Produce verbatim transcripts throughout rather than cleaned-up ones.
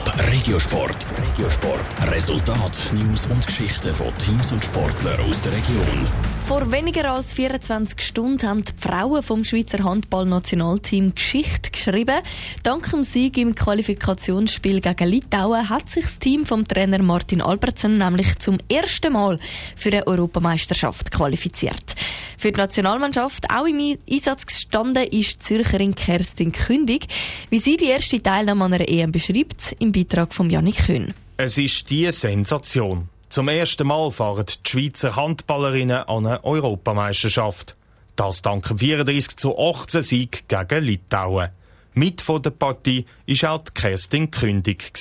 Top Regiosport. Regiosport. Resultat, News und Geschichten von Teams und Sportlern aus der Region. Vor weniger als vierundzwanzig Stunden haben die Frauen vom Schweizer Handball-Nationalteam Geschichte geschrieben. Dank dem Sieg im Qualifikationsspiel gegen Litauen hat sich das Team vom Trainer Martin Albertsen nämlich zum ersten Mal für eine Europameisterschaft qualifiziert. Für die Nationalmannschaft auch im Einsatz gestanden ist die Zürcherin Kerstin Kündig. Wie sie die erste Teilnahme an einer E M beschreibt, im Beitrag von Janik Kühn. Es ist die Sensation. Zum ersten Mal fahren die Schweizer Handballerinnen an eine Europameisterschaft. Das dank dem vierunddreißig zu achtzehn Sieg gegen Litauen. Mit von der Partie war auch die Kerstin Kündig.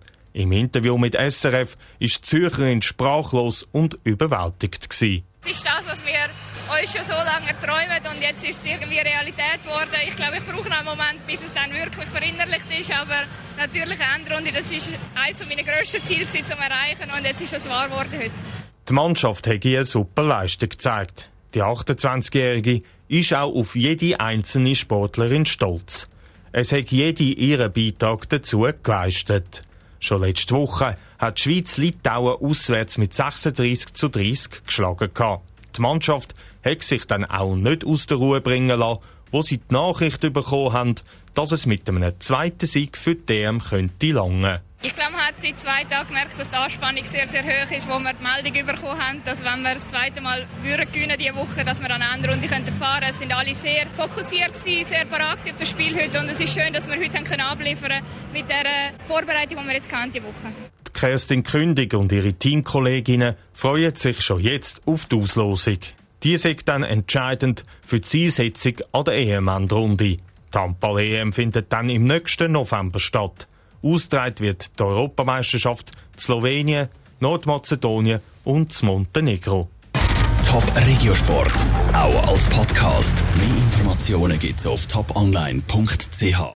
Im Interview mit S R F war die Zürcherin sprachlos und überwältigt. Es ist das, was wir uns schon so lange träumen, und jetzt ist es irgendwie Realität geworden. Ich glaube, ich brauche noch einen Moment, bis es dann wirklich verinnerlicht ist, aber natürlich eine Endrunde, das war eines meiner grössten Ziele zu erreichen, und jetzt ist es wahr geworden heute. Die Mannschaft hat eine super Leistung gezeigt. Die achtundzwanzigjährige ist auch auf jede einzelne Sportlerin stolz. Es hat jede ihren Beitrag dazu geleistet. Schon letzte Woche hat die Schweiz Litauen auswärts mit sechsunddreißig zu dreißig geschlagen. Die Mannschaft hat sich dann auch nicht aus der Ruhe bringen lassen, wo sie die Nachricht bekommen haben, dass es mit einem zweiten Sieg für die D M könnte langen. Ich glaube, man hat seit zwei Tagen gemerkt, dass die Anspannung sehr, sehr hoch ist, wo wir die Meldung bekommen haben, dass wenn wir das zweite Mal würden gewinnen diese Woche, dass wir an eine Endrunde fahren könnten. Es sind alle sehr fokussiert gewesen, sehr parat auf das Spiel heute, und es ist schön, dass wir heute können abliefern können mit der Vorbereitung, die wir jetzt hatten diese Woche. Die Kerstin Kündig und ihre Teamkolleginnen freuen sich schon jetzt auf die Auslosung. Die ist dann entscheidend für die Zielsetzung an der E M-Endrunde. Die Handball-E M findet dann im nächsten November statt. Ausgetragen wird die Europameisterschaft in Slowenien, Nordmazedonien und Montenegro. Top Regiosport, auch als Podcast. Mehr Informationen gibt's auf top online punkt c h.